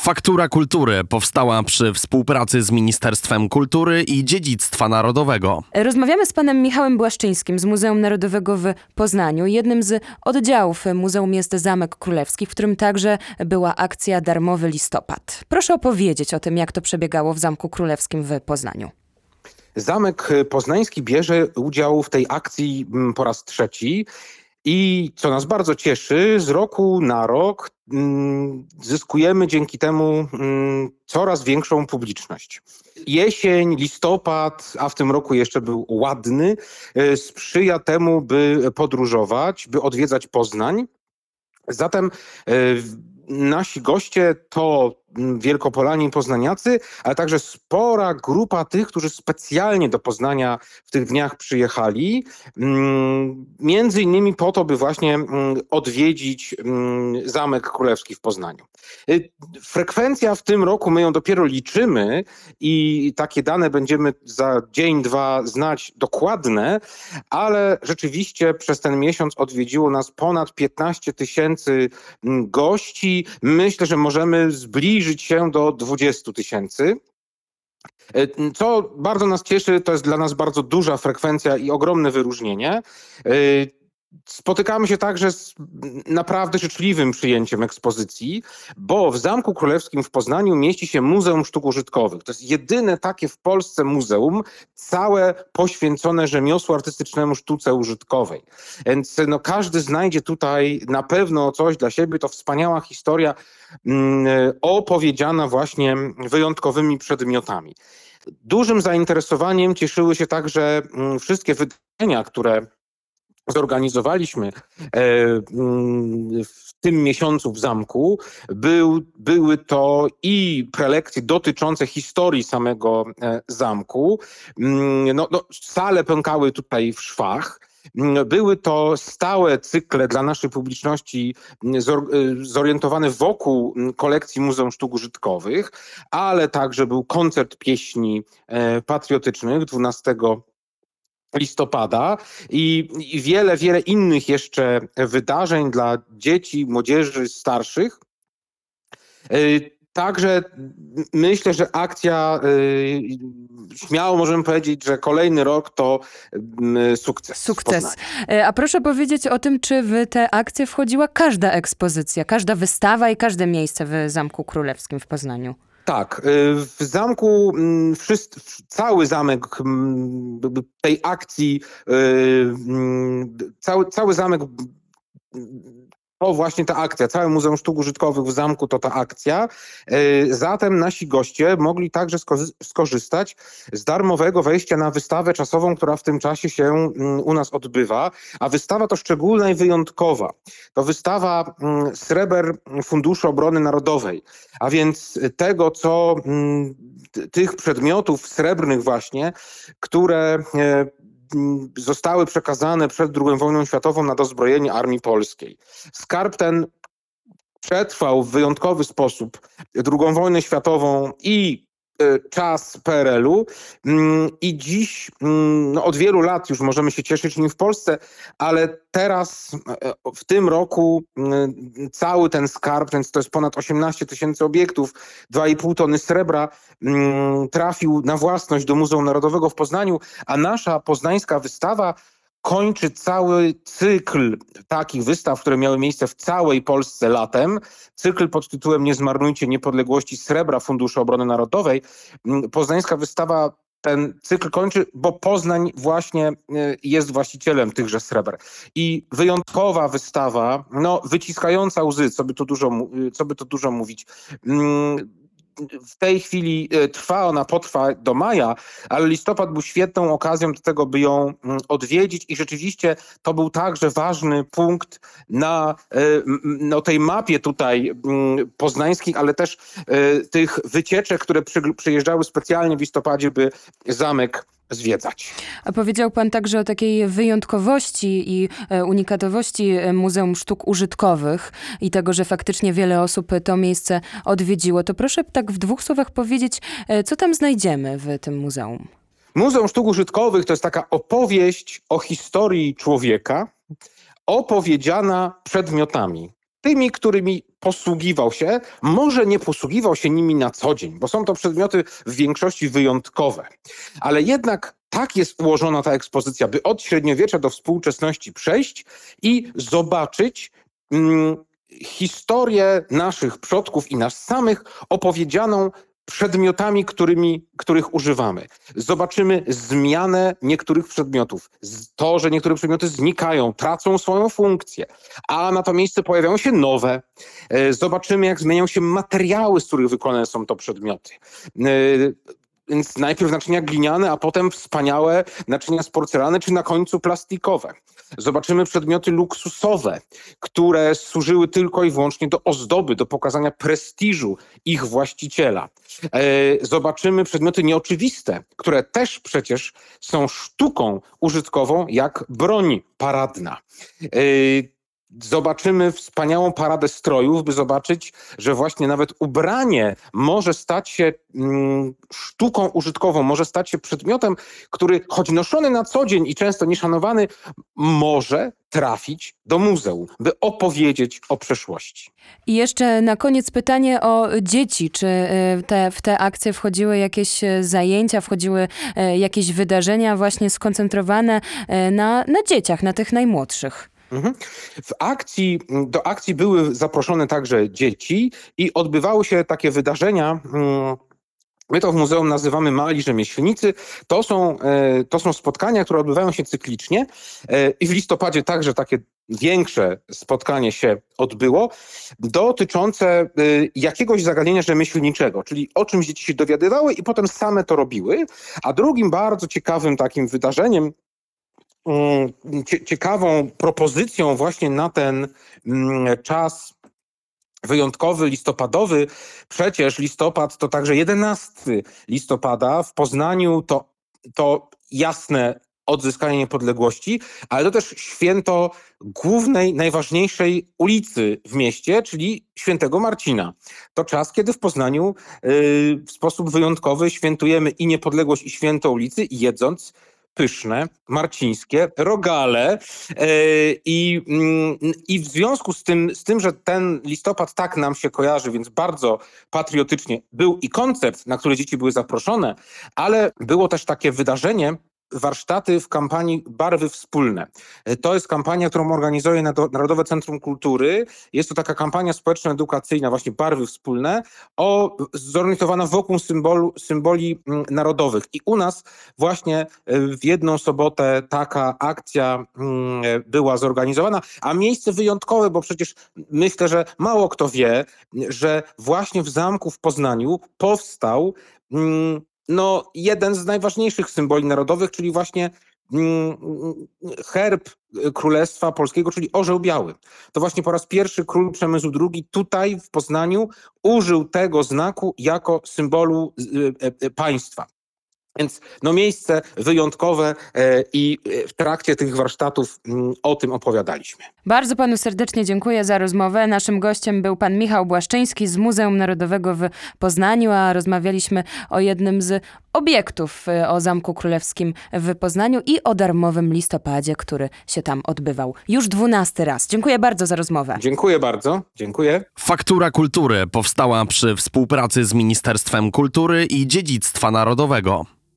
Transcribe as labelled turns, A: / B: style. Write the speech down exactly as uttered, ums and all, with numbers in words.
A: Faktura Kultury powstała przy współpracy z Ministerstwem Kultury i Dziedzictwa Narodowego.
B: Rozmawiamy z panem Michałem Błaszczyńskim z Muzeum Narodowego w Poznaniu. Jednym z oddziałów muzeum jest Zamek Królewski, w którym także była akcja Darmowy Listopad. Proszę opowiedzieć o tym, jak to przebiegało w Zamku Królewskim w Poznaniu.
C: Zamek Poznański bierze udział w tej akcji po raz trzeci i co nas bardzo cieszy, z roku na rok mm, zyskujemy dzięki temu mm, coraz większą publiczność. Jesień, listopad, a w tym roku jeszcze był ładny, y, sprzyja temu, by podróżować, by odwiedzać Poznań. Zatem y, nasi goście to Wielkopolanie i Poznaniacy, ale także spora grupa tych, którzy specjalnie do Poznania w tych dniach przyjechali, między innymi po to, by właśnie odwiedzić Zamek Królewski w Poznaniu. Frekwencja w tym roku, my ją dopiero liczymy i takie dane będziemy za dzień, dwa znać dokładne, ale rzeczywiście przez ten miesiąc odwiedziło nas ponad piętnaście tysięcy gości. Myślę, że możemy zbliżyć się do dwudziestu tysięcy. Co bardzo nas cieszy, to jest dla nas bardzo duża frekwencja i ogromne wyróżnienie. Spotykamy się także z naprawdę życzliwym przyjęciem ekspozycji, bo w Zamku Królewskim w Poznaniu mieści się Muzeum Sztuk Użytkowych. To jest jedyne takie w Polsce muzeum, całe poświęcone rzemiosłu artystycznemu, sztuce użytkowej. Więc no, każdy znajdzie tutaj na pewno coś dla siebie. To wspaniała historia mm, opowiedziana właśnie wyjątkowymi przedmiotami. Dużym zainteresowaniem cieszyły się także mm, wszystkie wydarzenia, które zorganizowaliśmy w tym miesiącu w zamku. Był, były to i prelekcje dotyczące historii samego zamku. No, no, sale pękały tutaj w szwach. Były to stałe cykle dla naszej publiczności zorientowane wokół kolekcji Muzeum Sztuk Użytkowych, ale także był koncert pieśni patriotycznych dwunastego listopada i, i wiele, wiele innych jeszcze wydarzeń dla dzieci, młodzieży, starszych. Także myślę, że akcja, śmiało możemy powiedzieć, że kolejny rok to sukces.
B: Sukces. A proszę powiedzieć o tym, czy w tę akcję wchodziła każda ekspozycja, każda wystawa i każde miejsce w Zamku Królewskim w Poznaniu?
C: Tak, w zamku, wszyscy, cały zamek tej akcji, cały, cały zamek, to właśnie ta akcja, całe Muzeum Sztuk Użytkowych w zamku to ta akcja. Zatem nasi goście mogli także skorzystać z darmowego wejścia na wystawę czasową, która w tym czasie się u nas odbywa. A wystawa to szczególna i wyjątkowa. To wystawa Sreber Funduszu Obrony Narodowej. A więc tego, co tych przedmiotów srebrnych właśnie, które zostały przekazane przed drugą wojną światową na dozbrojenie Armii Polskiej. Skarb ten przetrwał w wyjątkowy sposób drugą wojnę światową i czas P R L u i dziś no, od wielu lat już możemy się cieszyć nim w Polsce, ale teraz w tym roku cały ten skarb, więc to jest ponad osiemnaście tysięcy obiektów, dwa i pół tony srebra, trafił na własność do Muzeum Narodowego w Poznaniu, a nasza poznańska wystawa kończy cały cykl takich wystaw, które miały miejsce w całej Polsce latem. Cykl pod tytułem Nie zmarnujcie niepodległości srebra Funduszu Obrony Narodowej. Poznańska wystawa ten cykl kończy, bo Poznań właśnie jest właścicielem tychże sreber. I wyjątkowa wystawa, no wyciskająca łzy, co by to dużo, co by to dużo mówić. W tej chwili trwa ona, potrwa do maja, ale listopad był świetną okazją do tego, by ją odwiedzić i rzeczywiście to był także ważny punkt na no, tej mapie tutaj poznańskich, ale też tych wycieczek, które przy, przyjeżdżały specjalnie w listopadzie, by zamek zwiedzać.
B: A powiedział pan także o takiej wyjątkowości i unikatowości Muzeum Sztuk Użytkowych i tego, że faktycznie wiele osób to miejsce odwiedziło. To proszę tak w dwóch słowach powiedzieć, co tam znajdziemy w tym muzeum.
C: Muzeum Sztuk Użytkowych to jest taka opowieść o historii człowieka, opowiedziana przedmiotami. tymi, którymi posługiwał się, może nie posługiwał się nimi na co dzień, bo są to przedmioty w większości wyjątkowe. Ale jednak tak jest ułożona ta ekspozycja, by od średniowiecza do współczesności przejść i zobaczyć mm, historię naszych przodków i nas samych opowiedzianą przedmiotami, którymi, których używamy. Zobaczymy zmianę niektórych przedmiotów. To, że niektóre przedmioty znikają, tracą swoją funkcję, a na to miejsce pojawiają się nowe. Zobaczymy, jak zmieniają się materiały, z których wykonane są to przedmioty. Więc najpierw naczynia gliniane, a potem wspaniałe naczynia z porcelany, czy na końcu plastikowe. Zobaczymy przedmioty luksusowe, które służyły tylko i wyłącznie do ozdoby, do pokazania prestiżu ich właściciela. Zobaczymy przedmioty nieoczywiste, które też przecież są sztuką użytkową, jak broń paradna. Zobaczymy wspaniałą paradę strojów, by zobaczyć, że właśnie nawet ubranie może stać się mm, sztuką użytkową, może stać się przedmiotem, który choć noszony na co dzień i często nieszanowany, może trafić do muzeum, by opowiedzieć o przeszłości.
B: I jeszcze na koniec pytanie o dzieci. Czy te, w te akcje wchodziły jakieś zajęcia, wchodziły jakieś wydarzenia właśnie skoncentrowane na, na dzieciach, na tych najmłodszych?
C: W akcji, do akcji były zaproszone także dzieci i odbywały się takie wydarzenia. My to w muzeum nazywamy Mali Rzemieślnicy. To są, to są spotkania, które odbywają się cyklicznie i w listopadzie także takie większe spotkanie się odbyło, dotyczące jakiegoś zagadnienia rzemieślniczego, czyli o czymś dzieci się dowiadywały i potem same to robiły. A drugim bardzo ciekawym takim wydarzeniem, ciekawą propozycją właśnie na ten czas wyjątkowy, listopadowy. Przecież listopad to także jedenastego listopada. W Poznaniu to, to jasne odzyskanie niepodległości, ale to też święto głównej, najważniejszej ulicy w mieście, czyli Świętego Marcina. To czas, kiedy w Poznaniu yy, w sposób wyjątkowy świętujemy i niepodległość, i święto ulicy, jedząc pyszne, marcińskie rogale. I, i w związku z tym, z tym, że ten listopad tak nam się kojarzy, więc bardzo patriotycznie był i koncert, na który dzieci były zaproszone, ale było też takie wydarzenie, warsztaty w kampanii Barwy Wspólne. To jest kampania, którą organizuje Narodowe Centrum Kultury. Jest to taka kampania społeczno-edukacyjna, właśnie Barwy Wspólne, o, zorientowana wokół symbolu, symboli narodowych. I u nas właśnie w jedną sobotę taka akcja była zorganizowana, a miejsce wyjątkowe, bo przecież myślę, że mało kto wie, że właśnie w zamku w Poznaniu powstał no, jeden z najważniejszych symboli narodowych, czyli właśnie mm, herb Królestwa Polskiego, czyli orzeł biały. To właśnie po raz pierwszy król Przemysł drugi tutaj w Poznaniu użył tego znaku jako symbolu y, y, państwa. Więc no, miejsce wyjątkowe e, i w trakcie tych warsztatów m, o tym opowiadaliśmy.
B: Bardzo panu serdecznie dziękuję za rozmowę. Naszym gościem był pan Michał Błaszczyński z Muzeum Narodowego w Poznaniu, a rozmawialiśmy o jednym z obiektów o Zamku Królewskim w Poznaniu i o darmowym listopadzie, który się tam odbywał już dwunasty raz. Dziękuję bardzo za rozmowę.
C: Dziękuję bardzo. Dziękuję.
A: Faktura Kultury powstała przy współpracy z Ministerstwem Kultury i Dziedzictwa Narodowego.